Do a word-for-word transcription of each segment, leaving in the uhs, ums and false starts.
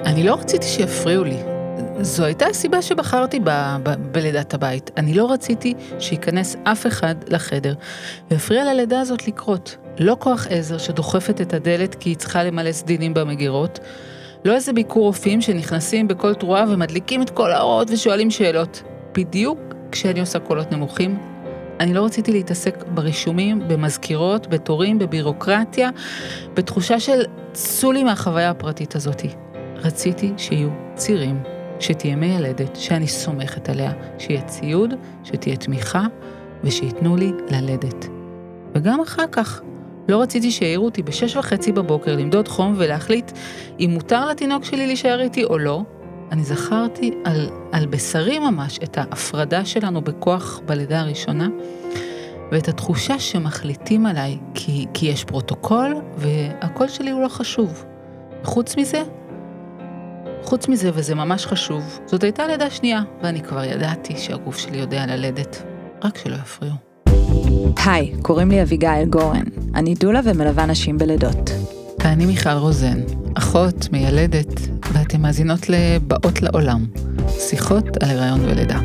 אני לא רציתי שיפריעו לי. זו הייתה הסיבה שבחרתי ב- ב- בלידת הבית. אני לא רציתי שיכנס אף אחד לחדר, והפריע ללידה הזאת לקרות. לא כוח עזר שדוחפת את הדלת כי היא צריכה למלא סדינים במגירות, לא איזה ביקור רופאים שנכנסים בכל תרועה ומדליקים את כל האורות ושואלים שאלות. בדיוק כשאני עושה קולות נמוכים, אני לא רציתי להתעסק ברישומים, במזכירות, בתורים, בבירוקרטיה, בתחושה של צולי מהחוויה הפרטית הזאת. רציתי שיהיו צירים, שתהיה מיילדת, שאני סומכת עליה, שיהיה ציוד, שתהיה תמיכה, ושיתנו לי ללדת. וגם אחר כך, לא רציתי שיעירו אותי בשש וחצי בבוקר למדוד חום ולהחליט אם מותר לתינוק שלי להישאר איתי או לא. אני זכרתי על, על בשרי ממש את ההפרדה שלנו בכוח בלידה הראשונה, ואת התחושה שמחליטים עליי, כי, כי יש פרוטוקול, והקול שלי הוא לא חשוב. חוץ מזה, חוץ מזה, וזה ממש חשוב, זאת הייתה לידה שנייה, ואני כבר ידעתי שהגוף שלי יודע ללדת, רק שלא יפריעו. היי, קוראים לי אביגיל גורן. אני דולה ומלווה נשים בלידות. ואני מיכל רוזן, אחות, מיילדת, ואתם מאזינות לבאות לעולם. שיחות על הריון ולידה.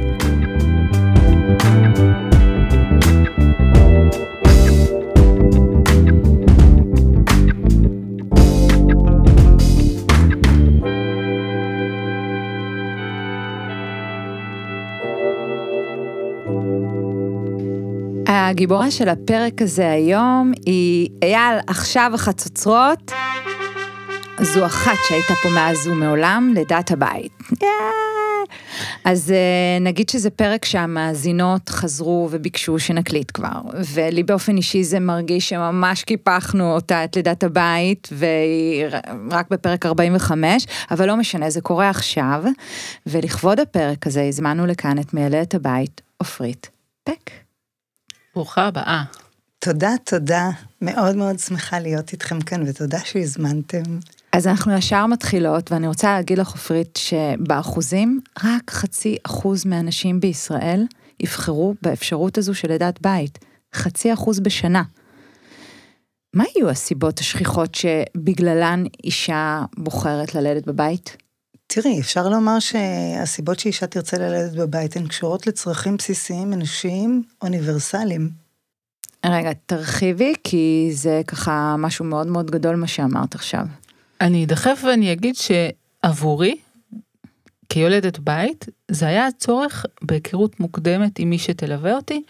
הגיבורה של הפרק הזה היום היא אייל עכשיו החצוצרות. זו אחת שהייתה פה מאז ומעולם, לידת הבית. אז נגיד שזה פרק שהמאזינות חזרו וביקשו שנקליט כבר, ולי באופן אישי זה מרגיש שממש קיפחנו אותה את לידת הבית, ורק בפרק ארבעים וחמש, אבל לא משנה, זה קורה עכשיו, ולכבוד הפרק הזה הזמנו לכאן את מיילדת הבית, עופרית פק. ברוכה הבאה. תודה, תודה. מאוד מאוד שמחה להיות איתכם כאן, ותודה שהזמנתם. אז אנחנו ישר מתחילות, ואני רוצה להגיד לך, עופרית, שבאחוזים, רק חצי אחוז מהאנשים בישראל יבחרו באפשרות הזו של לידת בית. חצי אחוז בשנה. מה יהיו הסיבות השכיחות שבגללן אישה בוחרת ללדת בבית? תראי, אפשר לומר שהסיבות שאישה תרצה ללדת בבית הן קשורות לצרכים בסיסיים אנושיים אוניברסליים. רגע, תרחיבי, כי זה ככה משהו מאוד מאוד גדול מה שאמרת עכשיו. אני אדחף ואני אגיד שעבורי, כיולדת בית, זה היה הצורך בהיכרות מוקדמת עם מי שתלווה אותי,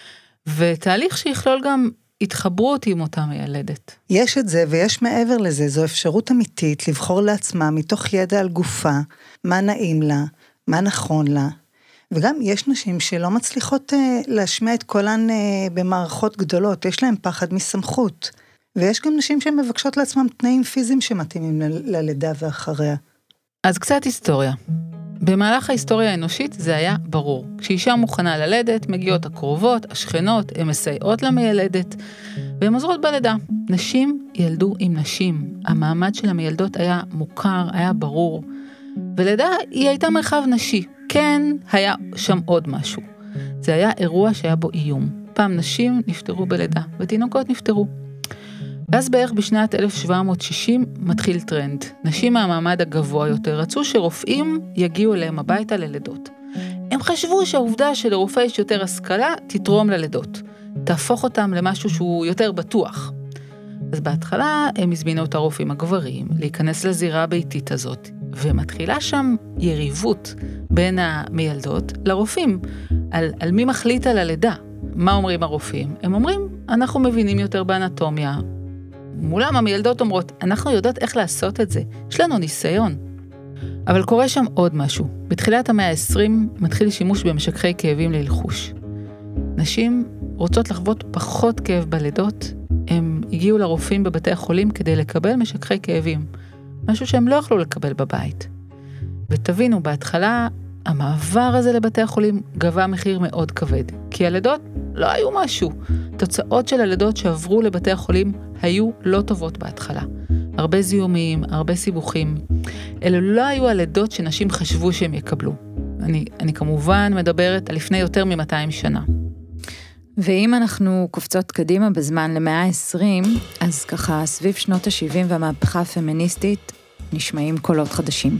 ותהליך שיכלול גם התחברות עם אותה מיילדת. יש את זה ויש מעבר לזה, זו אפשרות אמיתית לבחור לעצמה מתוך ידע על גופה, מה נעים לה, מה נכון לה, וגם יש נשים שלא מצליחות uh, להשמיע את קולן uh, במערכות גדולות, יש להן פחד מסמכות, ויש גם נשים שמבקשות לעצמם תנאים פיזיים שמתאימים ל- ללידה ואחריה. אז קצת היסטוריה. במהלך ההיסטוריה האנושית זה היה ברור. כשאישה מוכנה ללדת, מגיעות הקרובות, השכנות, הן מסייעות למיילדת, והן עוזרות בלידה. נשים ילדו עם נשים. המעמד של המיילדות היה מוכר, היה ברור. ולידה היא הייתה מרחב נשי. כן, היה שם עוד משהו. זה היה אירוע שהיה בו איום. פעם נשים נפטרו בלידה, ותינוקות נפטרו. ואז בערך בשנת אלף שבע מאות שישים מתחיל טרנד. נשים מהמעמד הגבוה יותר רצו שרופאים יגיעו אליהם הביתה ללידות. הם חשבו שהעובדה שלרופא יש יותר השכלה תתרום ללידות. תהפוך אותם למשהו שהוא יותר בטוח. אז בהתחלה הם הזמינו את הרופאים הגברים להיכנס לזירה הביתית הזאת, ומתחילה שם יריבות בין המיילדות לרופאים, על, על מי מחליט על הלידה. מה אומרים הרופאים? הם אומרים, אנחנו מבינים יותר באנטומיה. מולם המיילדות אומרות, אנחנו יודעות איך לעשות את זה, יש לנו ניסיון. אבל קורה שם עוד משהו. בתחילת המאה ה-עשרים מתחיל שימוש במשככי כאבים ללחוש. נשים רוצות לחוות פחות כאב בלידות, הם הגיעו לרופאים בבתי החולים כדי לקבל משככי כאבים, משהו שהם לא יכלו לקבל בבית. ותבינו, בהתחלה המעבר הזה לבתי החולים גבה מחיר מאוד כבד, כי הלידות לא היו משהו. תוצאות של הלידות שעברו לבתי החולים היו לא טובות בהתחלה. הרבה זיהומים, הרבה סיבוכים. אלו לא היו הלידות שנשים חשבו שהם יקבלו. אני, אני כמובן מדברת על לפני יותר מ-מאתיים שנה. ואם אנחנו קופצות קדימה בזמן למאה ה-עשרים, אז ככה סביב שנות ה-שבעים והמהפכה הפמיניסטית, נשמעים קולות חדשים.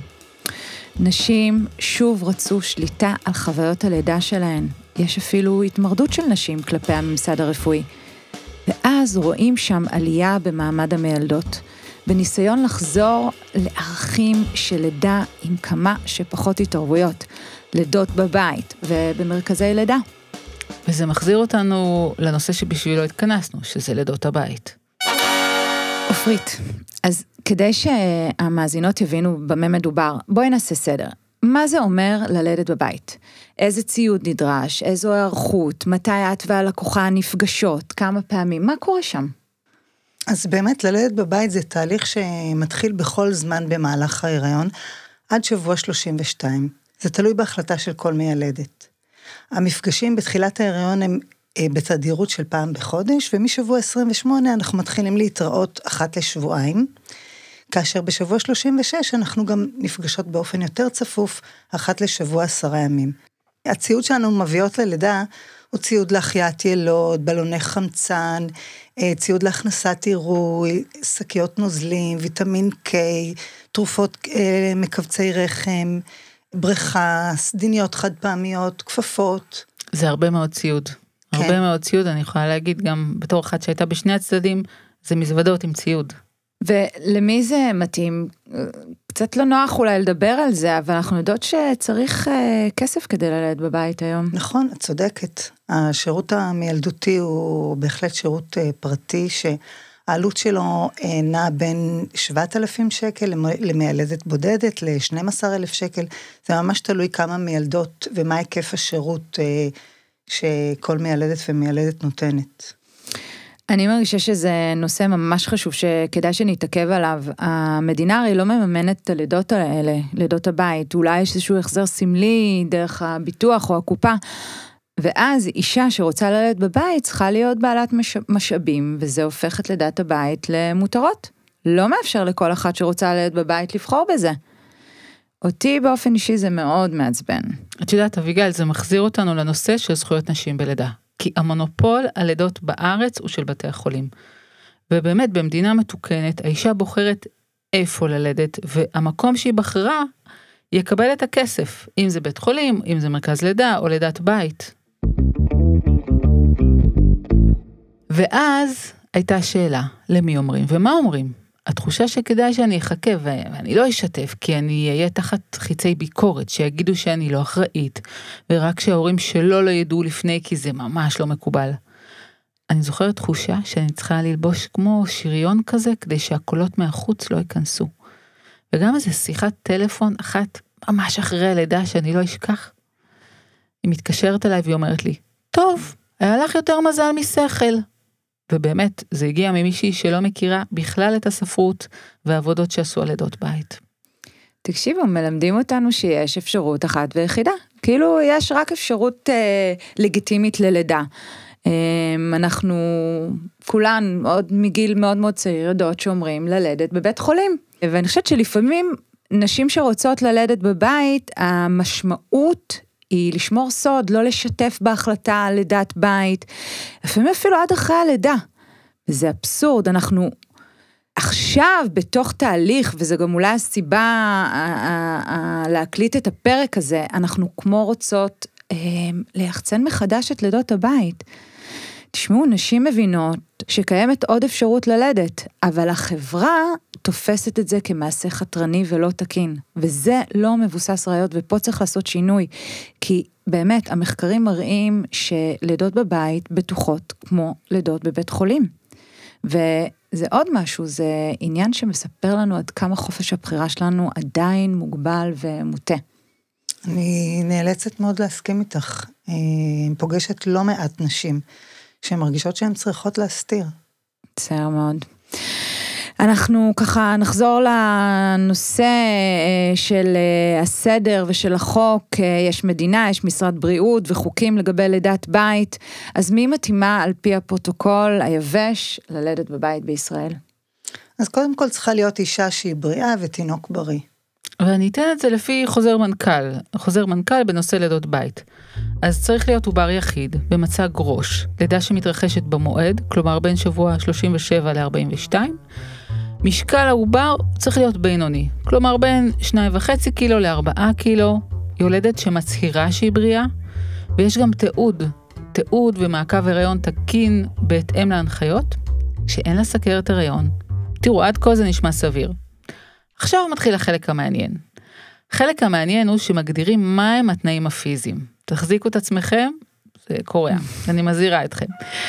נשים שוב רצו שליטה על חוויות הלידה שלהן. יש אפילו התמרדות של נשים כלפי הממסד הרפואי. ואז רואים שם עלייה במעמד המילדות, בניסיון לחזור לערכים של לידה עם כמה שפחות התערבויות, לידות בבית ובמרכזי לידה. וזה מחזיר אותנו לנושא שבשבילו התכנסנו, שזה לידות הבית. אופרית, אז כדי שהמאזינות יבינו במה מדובר, בואי נעשה סדר. מה זה אומר ללדת בבית? איזה ציוד נדרש? איזו הערכות? מתי את והלקוחה נפגשות? כמה פעמים? מה קורה שם? אז באמת ללדת בבית זה תהליך שמתחיל בכל זמן במהלך ההיריון, עד שבוע שלושים ושתיים. זה תלוי בהחלטה של כל מיילדת. המפגשים בתחילת ההיריון הם בתדירות של פעם בחודש, ומשבוע עשרים ושמונה אנחנו מתחילים להתראות אחת לשבועיים, כאשר בשבוע שלושים ושש אנחנו גם נפגשות באופן יותר צפוף, אחת לשבוע עשרה ימים. הציוד שאנו מביאות ללידה, הוא ציוד להחייאת ילוד, בלוני חמצן, ציוד להכנסת עירוי, שקיות נוזלים, ויטמין K, תרופות מקבצי רחם, בריכה, סדיניות חד פעמיות, כפפות. זה הרבה מאוד ציוד. כן. הרבה מאוד ציוד, אני יכולה להגיד גם בתור אחת שהייתה בשני הצדדים, זה מזוודות עם ציוד. ולמי זה מתאים? קצת לא נוח אולי לדבר על זה, אבל אנחנו יודעות שצריך כסף כדי ללדת בבית היום. נכון, את צודקת. השירות המילדותי הוא בהחלט שירות פרטי, שהעלות שלו נע בין שבעת אלפים שקל למיילדת בודדת, ל-שנים עשר אלף שקל. זה ממש תלוי כמה מיילדות ומה היקף השירות שכל מיילדת ומיילדת נותנת. אני מרגישה שזה נושא ממש חשוב שכדאי שנתעכב עליו. המדינה הרי לא מממנת את הלידות האלה, לידות הבית. אולי יש איזשהו החזר סמלי דרך הביטוח או הקופה. ואז אישה שרוצה ללדת בבית צריכה להיות בעלת מש... משאבים, וזה הופך את לידת הבית למותרות. לא מאפשר לכל אחת שרוצה ללדת בבית לבחור בזה. אותי באופן אישי זה מאוד מעצבן. את יודעת, אביגל, זה מחזיר אותנו לנושא של זכויות נשים בלידה. כי המונופול הלידות בארץ הוא של בתי החולים. ובאמת, במדינה מתוקנת, האישה בוחרת איפה ללדת, והמקום שהיא בחרה, יקבל את הכסף, אם זה בית חולים, אם זה מרכז לידה, או לידת בית. ואז הייתה שאלה, למי אומרים ומה אומרים? התחושה שכדאי שאני אחכה ואני לא אשתף, כי אני אהיה תחת חיצי ביקורת, שיגידו שאני לא אחראית, ורק שההורים שלו לא ידעו לפני, כי זה ממש לא מקובל. אני זוכרת תחושה שאני צריכה ללבוש כמו שריון כזה, כדי שהקולות מהחוץ לא ייכנסו. וגם איזו שיחת טלפון אחת, ממש אחרי הלידה, שאני לא אשכח. היא מתקשרת אליי והיא אומרת לי, טוב, היה לך יותר מזל משכל. ובאמת, זה הגיע ממישהי שלא מכירה בכלל את הספרות והעבודות שעשו על לידות בית. תקשיבו, מלמדים אותנו שיש אפשרות אחת ויחידה. כאילו, יש רק אפשרות אה, לגיטימית ללידה. אה, אנחנו כולן, עוד מגיל מאוד מאוד צעיר, יודעות שאומרים ללדת בבית חולים. ואני חושבת שלפעמים נשים שרוצות ללדת בבית, המשמעות היא לשמור סוד, לא לשתף בהחלטה על לידת בית, לפעמים אפילו עד אחרי הלידה. וזה אבסורד, אנחנו עכשיו בתוך תהליך, וזה גם אולי הסיבה להקליט את הפרק הזה, אנחנו כמו רוצות ליחצן מחדש את לידות הבית. תשמעו, נשים מבינות שקיימת עוד אפשרות ללדת, אבל החברה תופסת את זה כמעשה חתרני ולא תקין, וזה לא מבוסס ראיות, ופה צריך לעשות שינוי, כי באמת המחקרים מראים שלידות בבית בטוחות כמו לידות בבית חולים, וזה עוד משהו, זה עניין שמספר לנו עד כמה חופש הבחירה שלנו עדיין מוגבל ומוטה. אני נאלצת מאוד להסכים איתך, פוגשת לא מעט נשים, שהן מרגישות שהן צריכות להסתיר. בסדר מאוד. אנחנו ככה נחזור לנושא של הסדר ושל החוק, יש מדינה, יש משרד בריאות וחוקים לגבי לידת בית, אז מי מתאימה על פי הפרוטוקול היבש ללדת בבית בישראל? אז קודם כל צריכה להיות אישה שהיא בריאה ותינוק בריא. ואני אתן את זה לפי חוזר מנכ"ל, חוזר מנכ"ל בנושא לידות בית. אז צריך להיות עובר יחיד, במצג ראש, לידה שמתרחשת במועד, כלומר בין שבוע שלושים ושבע ל-ארבעים ושתיים, משקל העובר צריך להיות בינוני, כלומר בין שניים וחצי קילו לארבעה קילו, יולדת שמצהירה שהיא בריאה, ויש גם תיעוד, תיעוד ומעקב הריון תקין בהתאם להנחיות, שאין לה סכרת הריון. תראו, עד כה זה נשמע סביר. עכשיו מתחיל החלק המעניין. החלק המעניין הוא שמגדירים מהם התנאים הפיזיים. תחזיקו את עצמכם, זה קורע, אני מזהירה אתכם.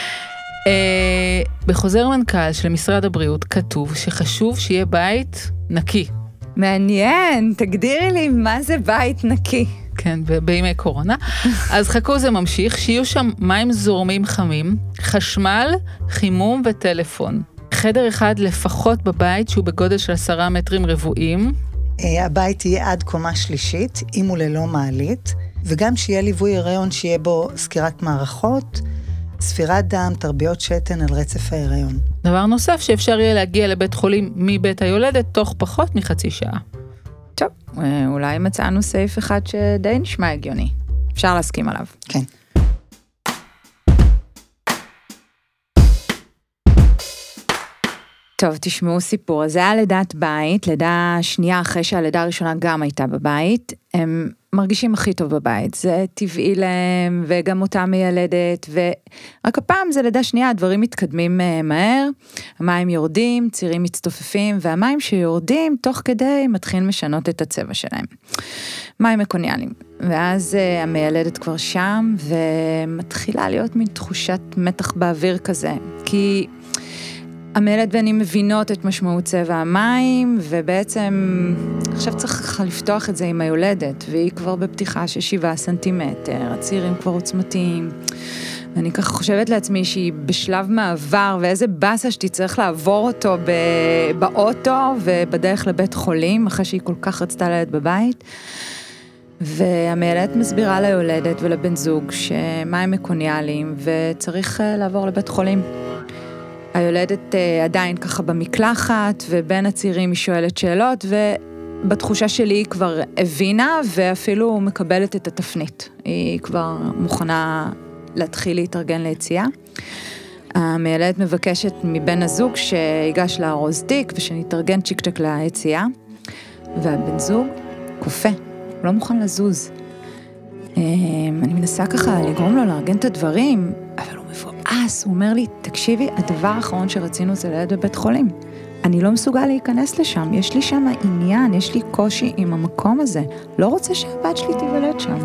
בחוזר מנכ"ל של משרד הבריאות כתוב שחשוב שיהיה בית נקי. מעניין, תגדירי לי מה זה בית נקי. כן, בימי קורונה. אז חכו, זה ממשיך, שיהיו שם מים זורמים חמים, חשמל, חימום וטלפון. חדר אחד לפחות בבית שהוא בגודל של עשרה מטרים רבועים. הבית יהיה עד קומה שלישית, אם הוא ללא מעלית, וגם שיהיה ליווי הריון שיהיה בו סקירת מערכות, ספירת דם, תרביות שתן על רצף ההיריון. דבר נוסף שאפשר יהיה להגיע לבית חולים מבית היולדת תוך פחות מחצי שעה. טוב, אולי מצאנו סעיף אחד שדי נשמע הגיוני. אפשר להסכים עליו. כן. טוב, תשמעו סיפור. זה היה לידת בית, לידה שנייה אחרי שהלידה הראשונה גם הייתה בבית. הם מרגישים הכי טוב בבית, זה טבעי להם, וגם אותה מיילדת, ורק הפעם זה לידה שנייה, הדברים מתקדמים מהר, המים יורדים, צירים מצטופפים, והמים שיורדים תוך כדי מתחילים לשנות את הצבע שלהם. מים מקוניאליים. ואז המיילדת כבר שם, ומתחילה להיות מין תחושת מתח באוויר כזה, כי המיילד ואני מבינות את משמעות צבע המים, ובעצם עכשיו צריך לפתוח את זה עם היולדת, והיא כבר בפתיחה של שבעה סנטימטר, הצירים כבר עוצמתיים, ואני ככה חושבת לעצמי שהיא בשלב מעבר, ואיזה בסה שתצטרך לעבור אותו באוטו, ובדרך לבית חולים, אחרי שהיא כל כך רצתה ללדת בבית, והמיילדת מסבירה ליולדת ולבן זוג, שמים מקוניאליים, וצריך לעבור לבית חולים. היולדת עדיין ככה במקלחת, ובין הצירים היא שואלת שאלות, ובתחושה שלי היא כבר הבינה, ואפילו מקבלת את התפנית. היא כבר מוכנה להתחיל להתארגן ליציאה. המיילדת מבקשת מבן הזוג שיגש לארוז תיק, ושנתארגן צ'יק צ'ק ליציאה, והבן זוג קופה, לא מוכן לזוז. אני מנסה ככה לגרום לו לארגן את הדברים, אבל הוא מבואס, הוא אומר לי, תקשיבי, הדבר האחרון שרצינו זה ללדת בבית חולים. אני לא מסוגל להיכנס לשם, יש לי שם עניין, יש לי קושי עם המקום הזה. לא רוצה שהבת שלי תיוולד שם.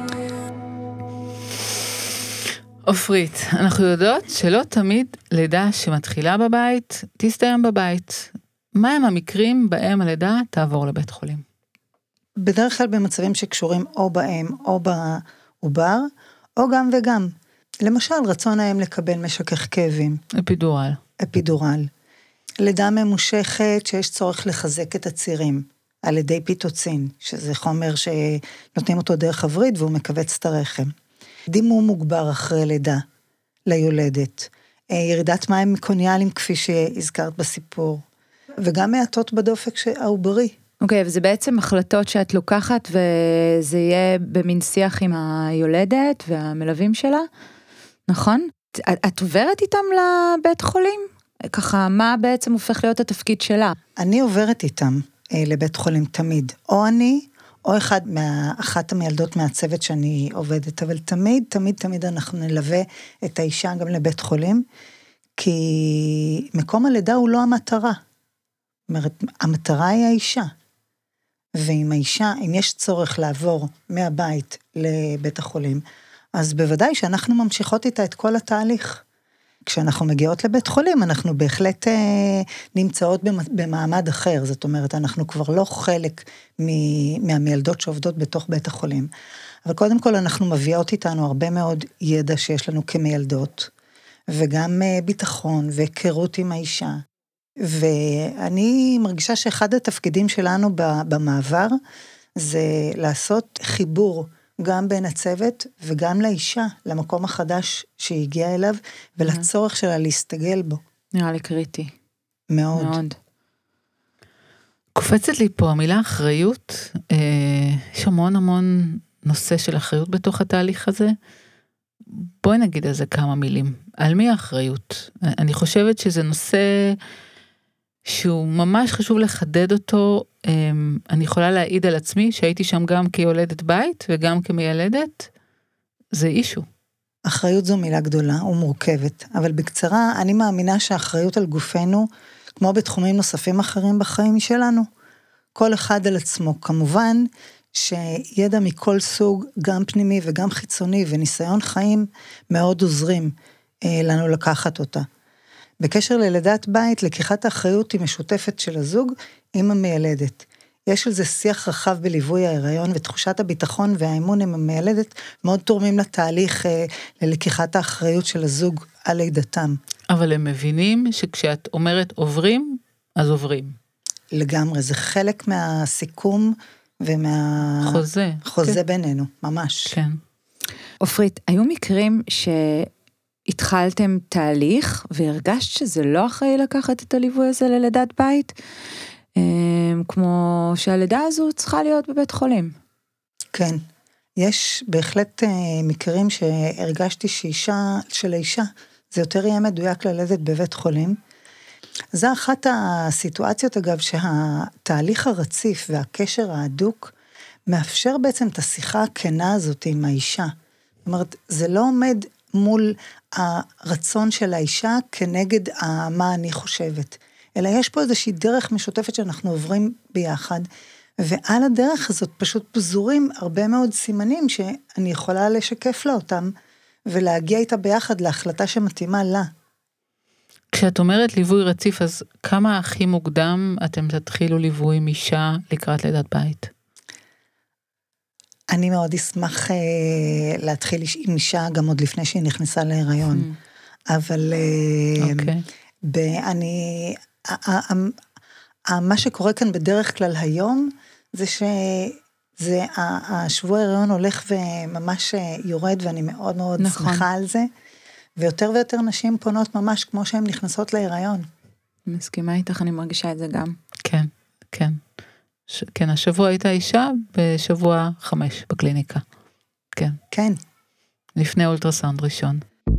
אופרית, אנחנו יודעות שלא תמיד לידה שמתחילה בבית, תסתיים בבית. מה הם המקרים בהם הלידה תעבור לבית חולים? בדרך כלל במצבים שקשורים או באם או בעובר, או גם וגם. למשל, רצון האם לקבל משכך כאבים. אפידורל. אפידורל. לידה ממושכת שיש צורך לחזק את הצירים, על ידי פיטוצין, שזה חומר שנותנים אותו דרך הווריד, והוא מכווץ את הרחם. דימום מוגבר אחרי לידה, ליולדת. ירידת מים מקוניאליים, כפי שהזכרת בסיפור. וגם מעטות בדופק העוברי. אוקיי, okay, וזה בעצם החלטות שאת לוקחת, וזה יהיה במין שיח עם היולדת והמלווים שלה, נכון? את, את עוברת איתם לבית חולים? ככה, מה בעצם הופך להיות התפקיד שלה? אני עוברת איתם אה, לבית חולים תמיד, או אני, או אחד מה, אחת המילדות מהצוות שאני עובדת, אבל תמיד, תמיד, תמיד אנחנו נלווה את האישה גם לבית חולים, כי מקום הלידה הוא לא המטרה. זאת אומרת, המטרה היא האישה. ואם האישה, אם יש צורך לעבור מהבית לבית החולים, אז בוודאי שאנחנו ממשיכות איתה את כל התהליך. כשאנחנו מגיעות לבית חולים, אנחנו בהחלט אה, נמצאות במעמד אחר, זאת אומרת, אנחנו כבר לא חלק מהמילדות שעובדות בתוך בית החולים. אבל קודם כל אנחנו מביאות איתנו הרבה מאוד ידע שיש לנו כמילדות, וגם אה, ביטחון והיכרות עם האישה. ואני מרגישה שאחד התפקידים שלנו במעבר, זה לעשות חיבור גם בין הצוות וגם לאישה, למקום החדש שהגיעה אליו, ולצורך שלה להסתגל בו. נראה לי קריטי. מאוד. מאוד. קופצת לי פה המילה אחריות, יש המון המון נושא של אחריות בתוך התהליך הזה, בואי נגיד על זה כמה מילים, על מי האחריות? אני חושבת שזה נושא שהוא ממש חשוב לחדד אותו, אני יכולה להעיד על עצמי, שהייתי שם גם כיולדת בית, וגם כמיילדת, זה אישו. אחריות זו מילה גדולה ומורכבת, אבל בקצרה, אני מאמינה שהאחריות על גופנו, כמו בתחומים נוספים אחרים בחיים שלנו, כל אחד על עצמו. כמובן שידע מכל סוג, גם פנימי וגם חיצוני, וניסיון חיים מאוד עוזרים אה, לנו לקחת אותה. בקשר ללידת בית, לקיחת האחריות היא משותפת של הזוג עם המיילדת. יש על זה שיח רחב בליווי ההיריון, ותחושת הביטחון והאמון עם המיילדת מאוד תורמים לתהליך אה, ללקיחת האחריות של הזוג על לידתם. אבל הם מבינים שכשאת אומרת עוברים, אז עוברים. לגמרי, זה חלק מהסיכום ומה... חוזה. חוזה כן. בינינו, ממש. כן. אופרית, היו מקרים שהתחלתם תהליך, והרגשת שזה לא אחראי לקחת את הליווי הזה ללידת בית, כמו שהלידה הזו צריכה להיות בבית חולים. כן. יש בהחלט מקרים שהרגשתי שאישה, של האישה, זה יותר יהיה מדויק ללדת בבית חולים. זה אחת הסיטואציות, אגב, שהתהליך הרציף והקשר ההדוק, מאפשר בעצם את השיחה הכנה הזאת עם האישה. זאת אומרת, זה לא עומד מול הרצון של האישה, כנגד מה אני חושבת. אלא יש פה איזושהי דרך משותפת שאנחנו עוברים ביחד, ועל הדרך הזאת פשוט פזורים הרבה מאוד סימנים, שאני יכולה לשקף לה אותם, ולהגיע איתה ביחד להחלטה שמתאימה לה. כשאת אומרת ליווי רציף, אז כמה הכי מוקדם אתם תתחילו ליווי עם אישה לקראת לידת בית? אני מאוד אשמח אה, להתחיל עם אישה, גם עוד לפני שהיא נכנסה להיריון. Mm. אבל אה, okay. ב, אני, ה, ה, ה, מה שקורה כאן בדרך כלל היום, זה שזה, השבוע ההיריון הולך וממש יורד, ואני מאוד מאוד נכון. שמחה על זה. ויותר ויותר נשים פונות ממש כמו שהן נכנסות להיריון. מסכימה איתך, אני מרגישה את זה גם. כן, כן. ש... כן, השבוע הייתה אישה בשבוע חמש בקליניקה. כן. כן. לפני אולטרסאונד ראשון.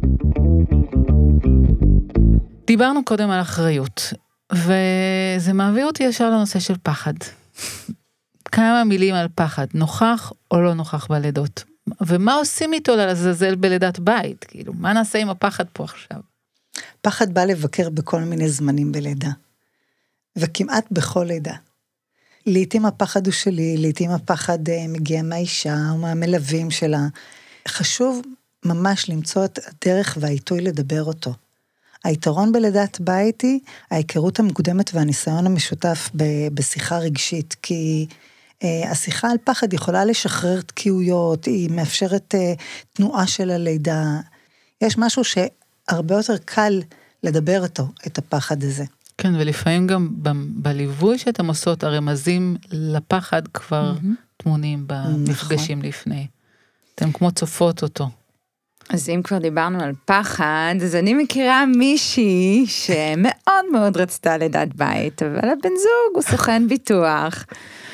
דיברנו קודם על אחריות, וזה מעביר אותי ישר לנושא של פחד. כמה מילים על פחד, נוכח או לא נוכח בלידות? ומה עושים איתו לזלזל בלידת בית? כאילו, מה נעשה עם הפחד פה עכשיו? פחד בא לבקר בכל מיני זמנים בלידה. וכמעט בכל לידה. לעתים הפחד הוא שלי, לעתים הפחד מגיע מהאישה או מהמלווים שלה. חשוב ממש למצוא את הדרך והעיתוי לדבר אותו. היתרון בלידת בית היא ההיכרות המקודמת והניסיון המשותף בשיחה רגשית, כי השיחה על פחד יכולה לשחרר תקיעויות, היא מאפשרת תנועה של הלידה. יש משהו שהרבה יותר קל לדבר אותו, את הפחד הזה. כן, ולפעמים גם ב- בליווי שאתם עושות, הרמזים לפחד כבר mm-hmm. תמונים במפגשים נכון. לפני. אתם כמו צופות אותו. אז אם כבר דיברנו על פחד, אז אני מכירה מישהי שמאוד מאוד רצתה לידת בית, אבל הבן זוג הוא סוכן ביטוח,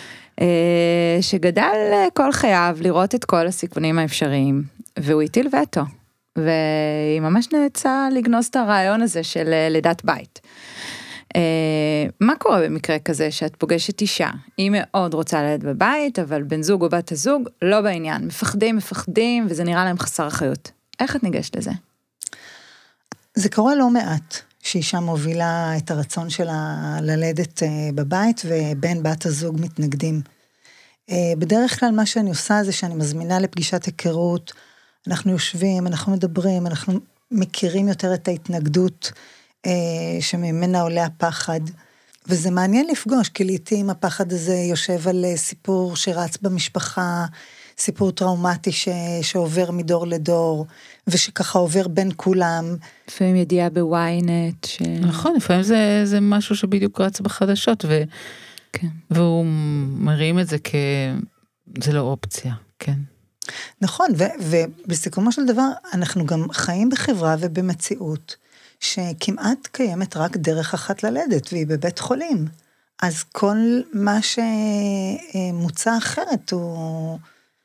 שגדל כל חייו לראות את כל הסיכונים האפשריים, והוא הטיל וטו, והיא ממש נאלצה לגנוז את הרעיון הזה של לידת בית. מה קורה במקרה כזה שאת פוגשת אישה? היא מאוד רוצה ללדת בבית, אבל בן זוג או בת הזוג לא בעניין, מפחדים, מפחדים, וזה נראה להם חסר אחריות. איך את ניגשת לזה? זה קורה לא מעט, שאישה מובילה את הרצון שלה ללדת בבית, ובן בת הזוג מתנגדים. בדרך כלל מה שאני עושה זה שאני מזמינה לפגישת היכרות, אנחנו יושבים, אנחנו מדברים, אנחנו מכירים יותר את ההתנגדות, שממנה עולה הפחד, וזה מעניין לפגוש, כי לעתים הפחד הזה יושב על סיפור שרץ במשפחה, סיפור טראומטי ש... שעובר מדור לדור, ושככה עובר בין כולם. לפעמים ידיעה בוויינט. ש... נכון, לפעמים זה, זה משהו שבדיוק רץ בחדשות, ו... כן. והוא מרים את זה כ... זה לא אופציה, כן. נכון, ו... ובסיכומו של דבר, אנחנו גם חיים בחברה ובמציאות, שכמעט קיימת רק דרך אחת ללדת, והיא בבית חולים. אז כל מה שמוצא אחרת הוא,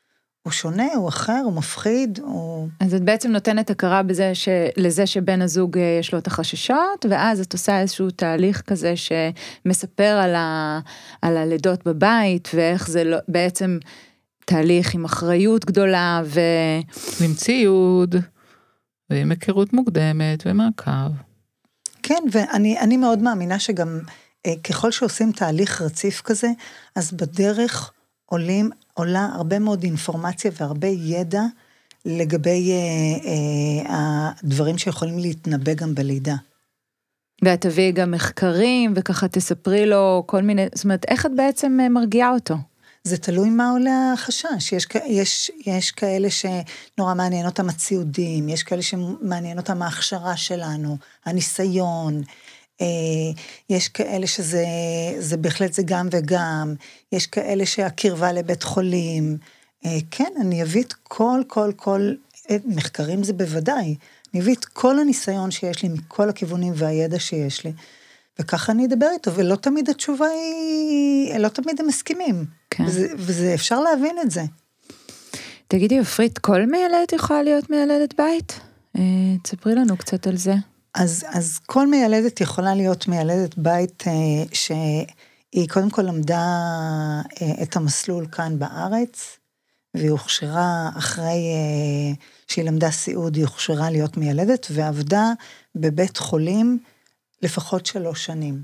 הוא שונה, הוא אחר, הוא מפחיד, הוא... אז את בעצם נותנת הכרה בזה ש... לזה שבן הזוג יש לו את החששות, ואז את עושה איזשהו תהליך כזה שמספר על, ה... על הלידות בבית, ואיך זה לא... בעצם תהליך עם אחריות גדולה, ו... עם ציוד, ועם היכרות מוקדמת, ומעקב. כן, ואני אני מאוד מאמינה שגם אה, ככל שעושים תהליך רציף כזה, אז בדרך עולים, עולה הרבה מאוד אינפורמציה והרבה ידע לגבי אה, אה, הדברים שיכולים להתנבא גם בלידה. ואת תביאי גם מחקרים, וככה תספרי לו כל מיני, זאת אומרת, איך את בעצם מרגיעה אותו? זה תלוי מה עולה החשש, יש, יש, יש כאלה שנורא מעניין אותם הציודים, יש כאלה שמעניין אותם ההכשרה שלנו, הניסיון, יש כאלה שזה זה בהחלט זה גם וגם, יש כאלה שהקרבה לבית חולים, כן, אני אביא את כל, כל, כל, מחקרים זה בוודאי, אני אביא את כל הניסיון שיש לי, מכל הכיוונים והידע שיש לי, וככה אני אדבר איתו, ולא תמיד התשובה היא, לא תמיד הם מסכימים, כן. וזה, וזה אפשר להבין את זה. תגידי, אפרית, כל מיילדת יכולה להיות מיילדת בית? תספרי לנו קצת על זה. אז, אז כל מיילדת יכולה להיות מיילדת בית, שהיא קודם כל למדה את המסלול כאן בארץ, והיא הוכשרה אחרי שהיא למדה סיעוד, היא הוכשרה להיות מיילדת, ועבדה בבית חולים לפחות שלוש שנים.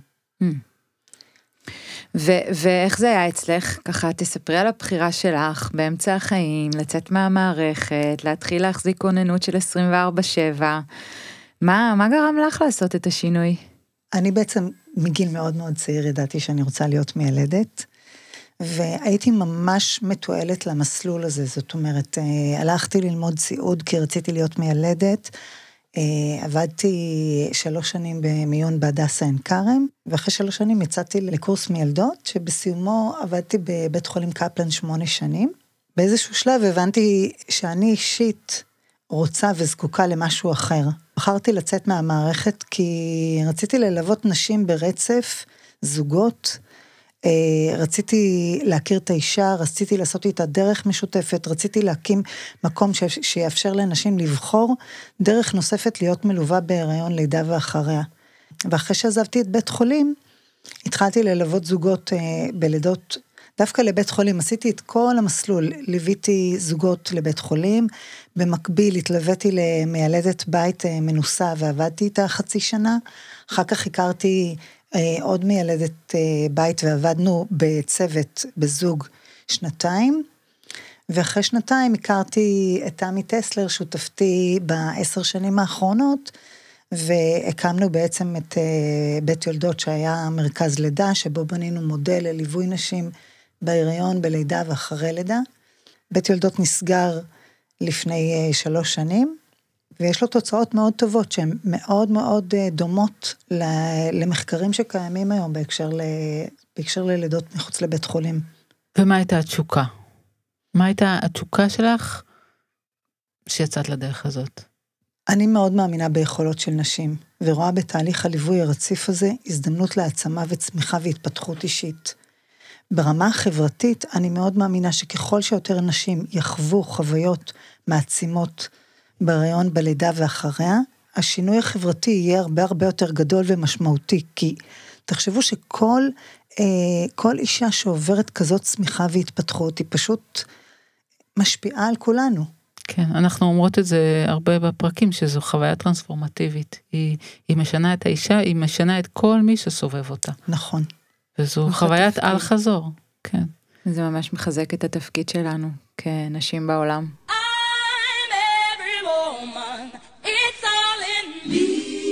ו- ואיך זה היה אצלך? ככה תספרי על הבחירה שלך באמצע החיים, לצאת מהמערכת, להתחיל להחזיק כוננות של עשרים וארבע שבע, מה, מה גרם לך לעשות את השינוי? אני בעצם מגיל מאוד מאוד צעיר ידעתי שאני רוצה להיות מיילדת, והייתי ממש מתועלת למסלול הזה, זאת אומרת, הלכתי ללמוד סיעוד כי רציתי להיות מיילדת, עבדתי שלוש שנים במיון בהדסה עין כרם, ואחרי שלוש שנים יצאתי לקורס מיילדות, שבסיומו עבדתי בבית חולים קפלן שמונה שנים, באיזשהו שלב הבנתי שאני אישית רוצה וזקוקה למשהו אחר. בחרתי לצאת מהמערכת כי רציתי ללוות נשים ברצף, זוגות, רציתי להכיר את האישה, רציתי לעשות איתה דרך משותפת, רציתי להקים מקום שיאפשר לנשים לבחור דרך נוספת להיות מלווה בהיריון, לידה ואחריה. ואחרי שעזבתי את בית חולים, התחלתי ללוות זוגות בלידות, דווקא לבית חולים, עשיתי את כל המסלול, ליוויתי זוגות לבית חולים, במקביל התלוויתי למיילדת בית מנוסה ועבדתי איתה חצי שנה, אחר כך הכרתי עוד מיילדת בית ועבדנו בצוות בזוג שנתיים, ואחרי שנתיים הכרתי את תמי טסלר, שותפתי בעשר שנים האחרונות, והקמנו בעצם את בית יולדות שהיה מרכז לידה, שבו בנינו מודל לליווי נשים בהיריון, בלידה ואחרי לידה. בית יולדות נסגר לפני שלוש שנים, ויש לו תוצאות מאוד טובות, שהן מאוד מאוד דומות למחקרים שקיימים היום, בהקשר, ל... בהקשר ללידות מחוץ לבית חולים. ומה הייתה התשוקה? מה הייתה התשוקה שלך שיצאת לדרך הזאת? אני מאוד מאמינה ביכולות של נשים, ורואה בתהליך הליווי הרציף הזה, הזדמנות להעצמה וצמיחה והתפתחות אישית. ברמה החברתית, אני מאוד מאמינה שככל שיותר נשים יחוו חוויות מעצימות בהיריון, בלידה ואחריה, השינוי החברתי יהיה הרבה הרבה יותר גדול ומשמעותי, כי תחשבו שכל אה, כל אישה שעוברת כזאת צמיחה והתפתחות, היא פשוט משפיעה על כולנו. כן, אנחנו אומרות את זה הרבה בפרקים, שזו חוויה טרנספורמטיבית. היא, היא משנה את האישה, היא משנה את כל מי שסובב אותה. נכון. וזו חוויית על חזור, כן. זה ממש מחזק את התפקיד שלנו, כנשים בעולם. I'm every woman, it's all in me.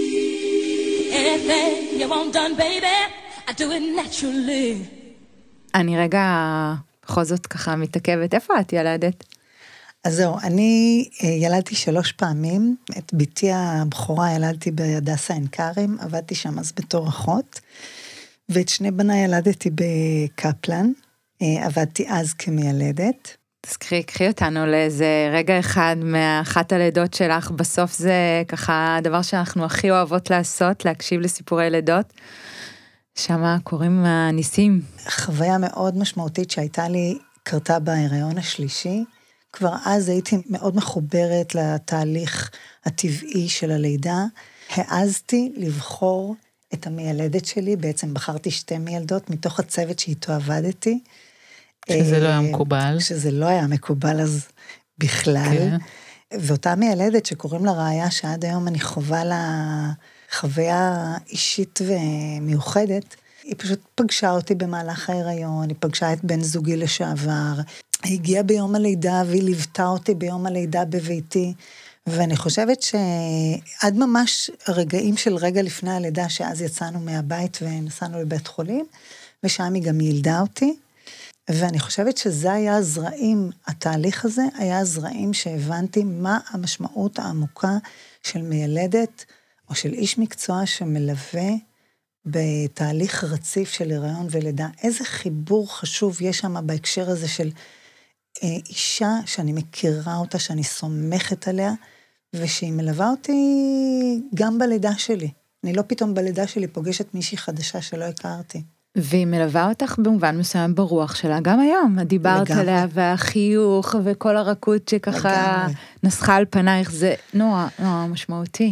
Anything you want done, baby, I do it naturally. אני רגע, בכל זאת ככה מתעכבת, איפה את ילדת? אז זהו, אני ילדתי שלוש פעמים, את ביתי הבכורה ילדתי בהדסה עין כרם, עבדתי שם אז בתור אחות, ואת שני בניי ילדתי בקפלן, עבדתי אז כמיילדת. אז קחי, קחי אותנו לאיזה רגע אחד מאחת הלידות שלך, בסוף זה ככה הדבר שאנחנו הכי אוהבות לעשות, להקשיב לסיפורי לידות, שמה קוראים הניסים. חוויה מאוד משמעותית שהייתה לי, קרתה בהיריון השלישי, כבר אז הייתי מאוד מחוברת לתהליך הטבעי של הלידה, העזתי לבחור את המיילדת שלי, בעצם בחרתי שתי מיילדות מתוך הצוות שאיתו עבדתי. שזה לא היה מקובל. שזה לא היה מקובל אז בכלל. כן. ואותה מיילדת שקוראים לה ראיה, שעד היום אני חווה לה חוויה אישית ומיוחדת, היא פשוט פגשה אותי במהלך ההיריון, היא פגשה את בן זוגי לשעבר, היא הגיעה ביום הלידה והיא ליוותה אותי ביום הלידה בביתי, ואני חושבת שעד ממש הרגעים של רגע לפני הלידה, שאז יצאנו מהבית ונסענו לבית חולים, ושם היא גם ילדה אותי, ואני חושבת שזה היה הזרעים, התהליך הזה היה הזרעים שהבנתי מה המשמעות העמוקה של מיילדת, או של איש מקצוע שמלווה בתהליך רציף של הריון ולידה. איזה חיבור חשוב יש שם בהקשר הזה של אישה שאני מכירה אותה, שאני סומכת עליה, ושהיא מלווה אותי גם בלידה שלי. אני לא פתאום בלידה שלי פוגשת מישהי חדשה שלא הכרתי. והיא מלווה אותך במובן מסוים ברוח שלה, גם היום, דיברת לגמרי. עליה, והחיוך וכל הרכות שככה לגמרי. נסחה על פנייך, זה נורא, נורא משמעותי.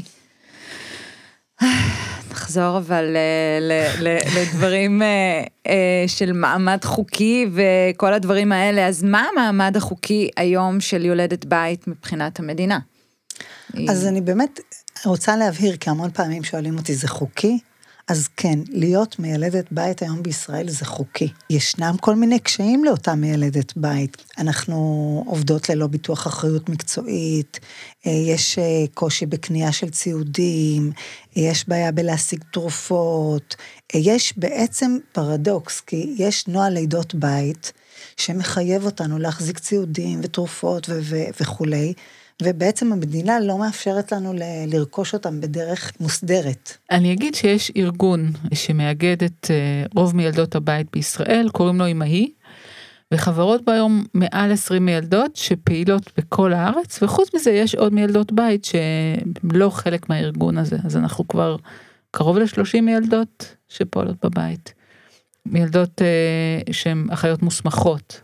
נחזור אבל לדברים של מעמד חוקי וכל הדברים האלה, אז מה המעמד החוקי היום של יולדת בית מבחינת המדינה? אז אני באמת רוצה להבהיר, כי המון פעמים שואלים אותי, זה חוקי? אז כן, להיות מיילדת בית היום בישראל זה חוקי. ישנם כל מיני קשיים לאותה מיילדת בית. אנחנו עובדות ללא ביטוח אחריות מקצועית, יש קושי בקנייה של ציודים, יש בעיה בלהשיג תרופות, יש בעצם פרדוקס, כי יש נוהל לידות בית, שמחייב אותנו להחזיק ציודים ותרופות וכולי, ובעצם המדינה לא מאפשרת לנו ל- לרכוש אותם בדרך מוסדרת. אני אגיד שיש ארגון שמאגד את רוב מילדות הבית בישראל, קוראים לו אמהי, וחברות ביום מעל עשרים מילדות שפעילות בכל הארץ, וחוץ מזה יש עוד מילדות בית שלא חלק מהארגון הזה, אז אנחנו כבר קרוב ל-שלושים מילדות שפועלות בבית. מילדות שהן אחיות מוסמכות.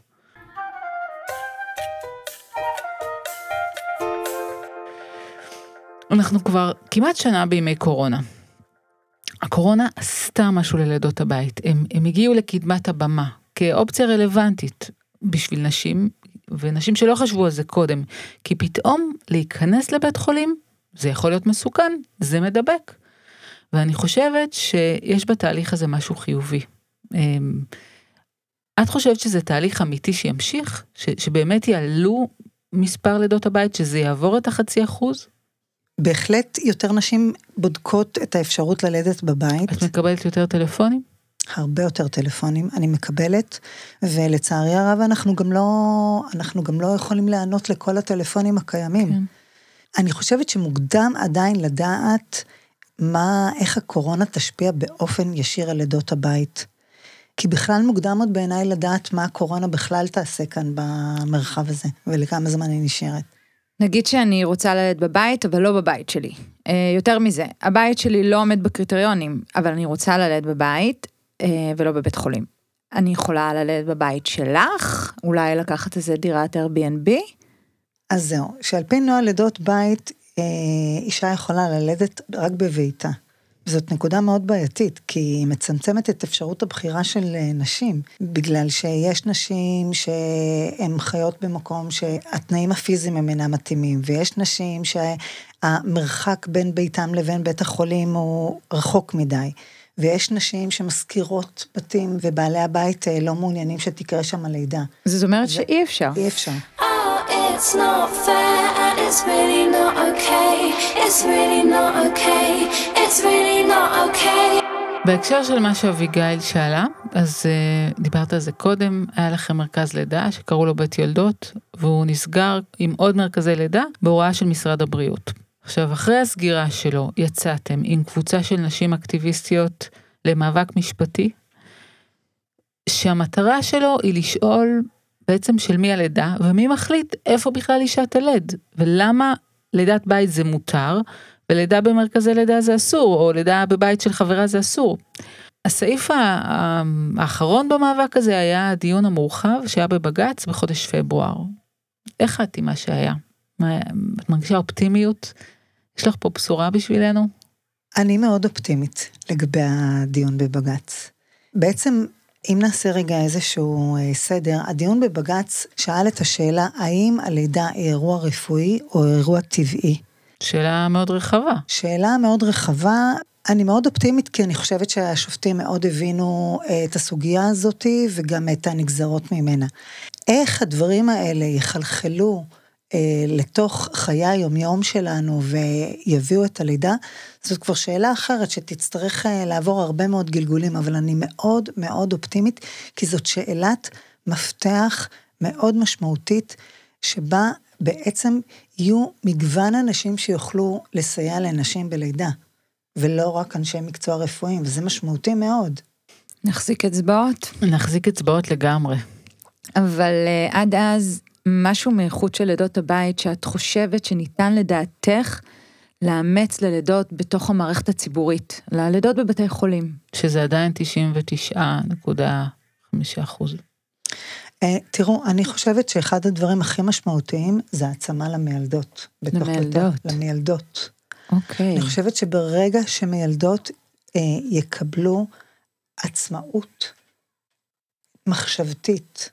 אנחנו כבר כמעט שנה בימי קורונה. הקורונה עשתה משהו ללידות הבית. הם, הם הגיעו לקדמת הבמה, כאופציה רלוונטית בשביל נשים, ונשים שלא חשבו על זה קודם, כי פתאום להיכנס לבית חולים, זה יכול להיות מסוכן, זה מדבק. ואני חושבת שיש בתהליך הזה משהו חיובי. את חושבת שזה תהליך אמיתי שימשיך? ש, שבאמת יעלו מספר לידות הבית, שזה יעבור את החצי אחוז? בהחלט יותר נשים בודקות את האפשרות ללדת בבית. את מקבלת יותר טלפונים? הרבה יותר טלפונים, אני מקבלת, ולצערי הרב אנחנו גם לא, אנחנו גם לא יכולים לענות לכל הטלפונים הקיימים. כן. אני חושבת שמוקדם עדיין לדעת מה, איך הקורונה תשפיע באופן ישיר על לידות הבית. כי בכלל מוקדם עוד בעיניי לדעת מה הקורונה בכלל תעשה כאן במרחב הזה, ולכמה זמן היא נשארת. נגיד שאני רוצה ללדת בבית, אבל לא בבית שלי. יותר מזה, הבית שלי לא עומד בקריטריונים, אבל אני רוצה ללדת בבית, ולא בבית חולים. אני יכולה ללדת בבית שלך, אולי לקחת איזה דירת Airbnb? אז זהו, שעל פי נוהל לידות בית, אישה יכולה ללדת רק בביתה. זאת נקודה מאוד בעייתית, כי היא מצמצמת את אפשרות הבחירה של נשים, בגלל שיש נשים שהן חיות במקום שהתנאים הפיזיים הם אינם מתאימים, ויש נשים שהמרחק בין ביתם לבין בית החולים הוא רחוק מדי, ויש נשים שמזכירות בתים, ובעלי הבית לא מעוניינים שתקרה שם הלידה. זאת אומרת שאי אפשר. אי אפשר. It's not fair, and it's really not okay. It's really not okay. It's really not okay. בהקשר של מה שאביגיל שאלה, אז uh, דיברת על זה קודם, היה לכם מרכז לידה שקראו לו בית יולדות, והוא נסגר עם עוד מרכזי לידה בהוראה של משרד הבריאות. עכשיו, אחרי הסגירה שלו יצאתם עם קבוצה של נשים אקטיביסטיות למאבק משפטי, שהמטרה שלו היא לשאול בעצם של מי הלידה, ומי מחליט איפה בכלל אישה תלד, ולמה לידת בית זה מותר, ולידה במרכזי לידה זה אסור, או לידה בבית של חברה זה אסור. הסעיף האחרון במאבק הזה היה הדיון המורחב, שהיה בבגץ בחודש פברואר. איך את עם מה שהיה? מה, את מרגישה אופטימיות? יש לך פה בשורה בשבילנו? אני מאוד אופטימית לגבי הדיון בבג"ץ. בעצם, אם נעשה רגע איזשהו סדר, הדיון בבג"ץ שאל את השאלה, האם הלידה היא אירוע רפואי או אירוע טבעי? שאלה מאוד רחבה. שאלה מאוד רחבה, אני מאוד אופטימית, כי אני חושבת שהשופטים מאוד הבינו את הסוגיה הזאת, וגם את הנגזרות ממנה. איך הדברים האלה יחלחלו לתוך חיי היומיום שלנו, ויביאו את הלידה, זאת כבר שאלה אחרת, שתצטרך לעבור הרבה מאוד גלגולים, אבל אני מאוד מאוד אופטימית, כי זאת שאלת מפתח מאוד משמעותית, שבה בעצם יהיו מגוון אנשים שיוכלו לסייע לנשים בלידה, ולא רק אנשי מקצוע רפואיים, וזה משמעותי מאוד. נחזיק אצבעות? נחזיק אצבעות לגמרי. אבל uh, עד אז, משהו מאיכות של לידות הבית, שאת חושבת שניתן לדעתך, לאמץ ללידות בתוך המערכת הציבורית, ללידות בבתי חולים. שזה עדיין תשעים ותשע נקודה חמישה אחוז. תראו, אני חושבת שאחד הדברים הכי משמעותיים, זה העצמה למילדות. למילדות. למילדות. אוקיי. אני חושבת שברגע שמילדות אה, יקבלו עצמאות מחשבתית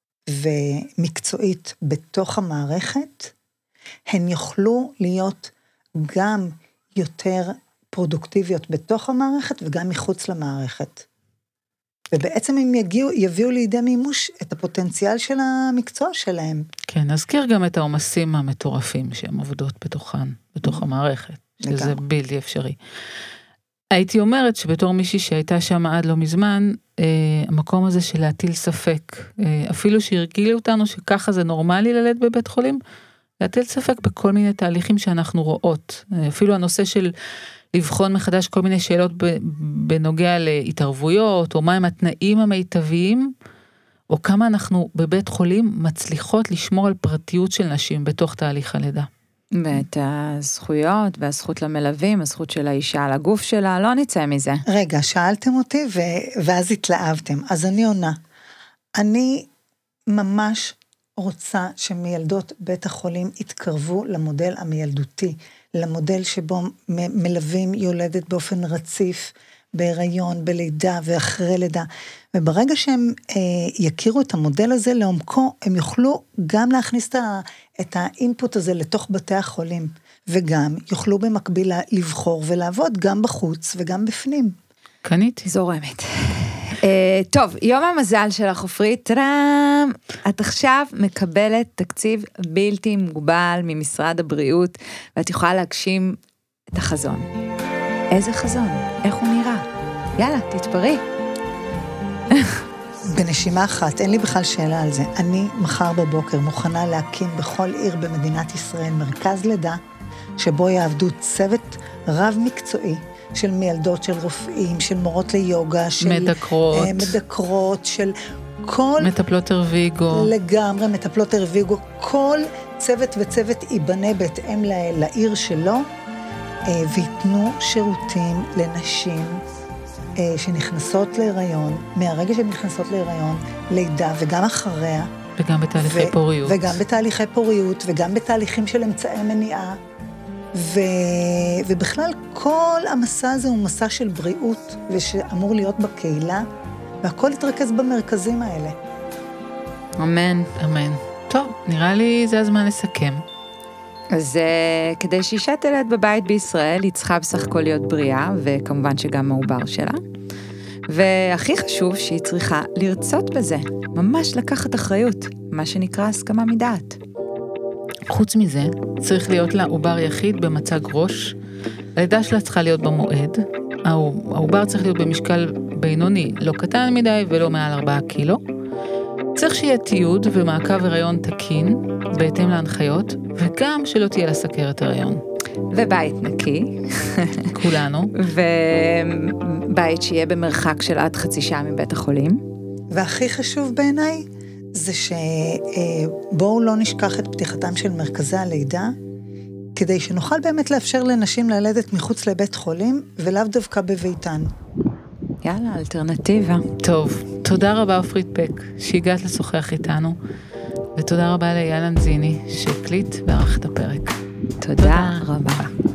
ומקצועית בתוך המערכת, הן יוכלו להיות גם יותר פרודוקטיביות בתוך המערכת וגם מחוץ למערכת. ובעצם הם יגיעו, יביאו לידי מימוש את הפוטנציאל של המקצוע שלהם. כן, נזכיר גם את העומסים המטורפים שהן עובדות בתוכן, בתוך המערכת, שזה בלתי אפשרי. הייתי אומרת שבתור מישהי שהייתה שם עד לא מזמן, אה, המקום הזה של להטיל ספק, אה, אפילו שהרגילו אותנו שככה זה נורמלי ללד בבית חולים, להטיל ספק בכל מיני תהליכים שאנחנו רואות. אה, אפילו הנושא של לבחון מחדש כל מיני שאלות בנוגע להתערבויות, או מהם התנאים המיטביים, או כמה אנחנו בבית חולים מצליחות לשמור על פרטיות של נשים בתוך תהליך הלידה. ואת הזכויות והזכות למלווים, הזכות של האישה על הגוף שלה, לא נצא מזה. רגע, שאלתם אותי ו- ואז התלהבתם, אז אני עונה. אני ממש רוצה שמילדות בית החולים יתקרבו למודל המילדותי, למודל שבו מ- מלווים יולדת באופן רציף, בהיריון, בלידה ואחרי לידה, וברגע שהם אה, יכירו את המודל הזה לעומקו, הם יוכלו גם להכניס את, ה, את האינפוט הזה לתוך בתי החולים, וגם יוכלו במקביל לבחור ולעבוד גם בחוץ וגם בפנים. קניתי. זורמת. אה, טוב, יום המזל שלך, עופרית, טרם, את עכשיו מקבלת תקציב בלתי מוגבל ממשרד הבריאות, ואת יכולה להגשים את החזון. איזה חזון? איך הוא נראה? יאללה, תתפרי. בנשימה אחת, אין לי בכלל שאלה על זה. אני מחר בבוקר מוכנה להקים בכל עיר במדינת ישראל מרכז לידה, שבו יעבדו צוות רב מקצועי, של מיילדות, של רופאים, של מורות ליוגה, של מדקרות, אה, מדקרות, של כל... מטפלות הרוויגו. לגמרי, מטפלות הרוויגו. כל צוות וצוות ייבנה בהתאם לעיר שלו, ויתנו שירותים לנשים שנכנסות להיריון, מהרגע שהן נכנסות להיריון, לידה וגם אחריה. וגם בתהליכי ו- פוריות. וגם בתהליכי פוריות, וגם בתהליכים של אמצעי מניעה. ו- ובכלל כל המסע הזה הוא מסע של בריאות, ושאמור להיות בקהילה, והכל יתרכז במרכזים האלה. אמן. אמן. טוב, נראה לי זה הזמן לסכם. אז uh, כדי שאישה תלד בבית בישראל, היא צריכה בסך הכל להיות בריאה, וכמובן שגם מעובר שלה. והכי חשוב שהיא צריכה לרצות בזה, ממש לקחת אחריות, מה שנקרא הסכמה מדעת. חוץ מזה, צריך להיות לה עובר יחיד במצג ראש, הלידה שלה צריכה להיות במועד, העובר צריך להיות במשקל בינוני, לא קטן מדי ולא מעל ארבעה קילו, צריך שיהיה תיעוד ומעקב הריון תקין, בהתאם להנחיות, וגם שלא תהיה לה סכרת הריון. ובית נקי. כולנו. ובית שיהיה במרחק של עד חצי שעה מבית החולים. והכי חשוב בעיניי, זה שבואו לא נשכח את פתיחתם של מרכזי הלידה, כדי שנוכל באמת לאפשר לנשים ללדת מחוץ לבית חולים, ולאו דווקא בביתן. יאללה, אלטרנטיבה. טוב, תודה רבה עופרית פק, שהגעת לשוחח איתנו. ותודה רבה לאייל אנזיני שהקליט וערך את הפרק. תודה רבה.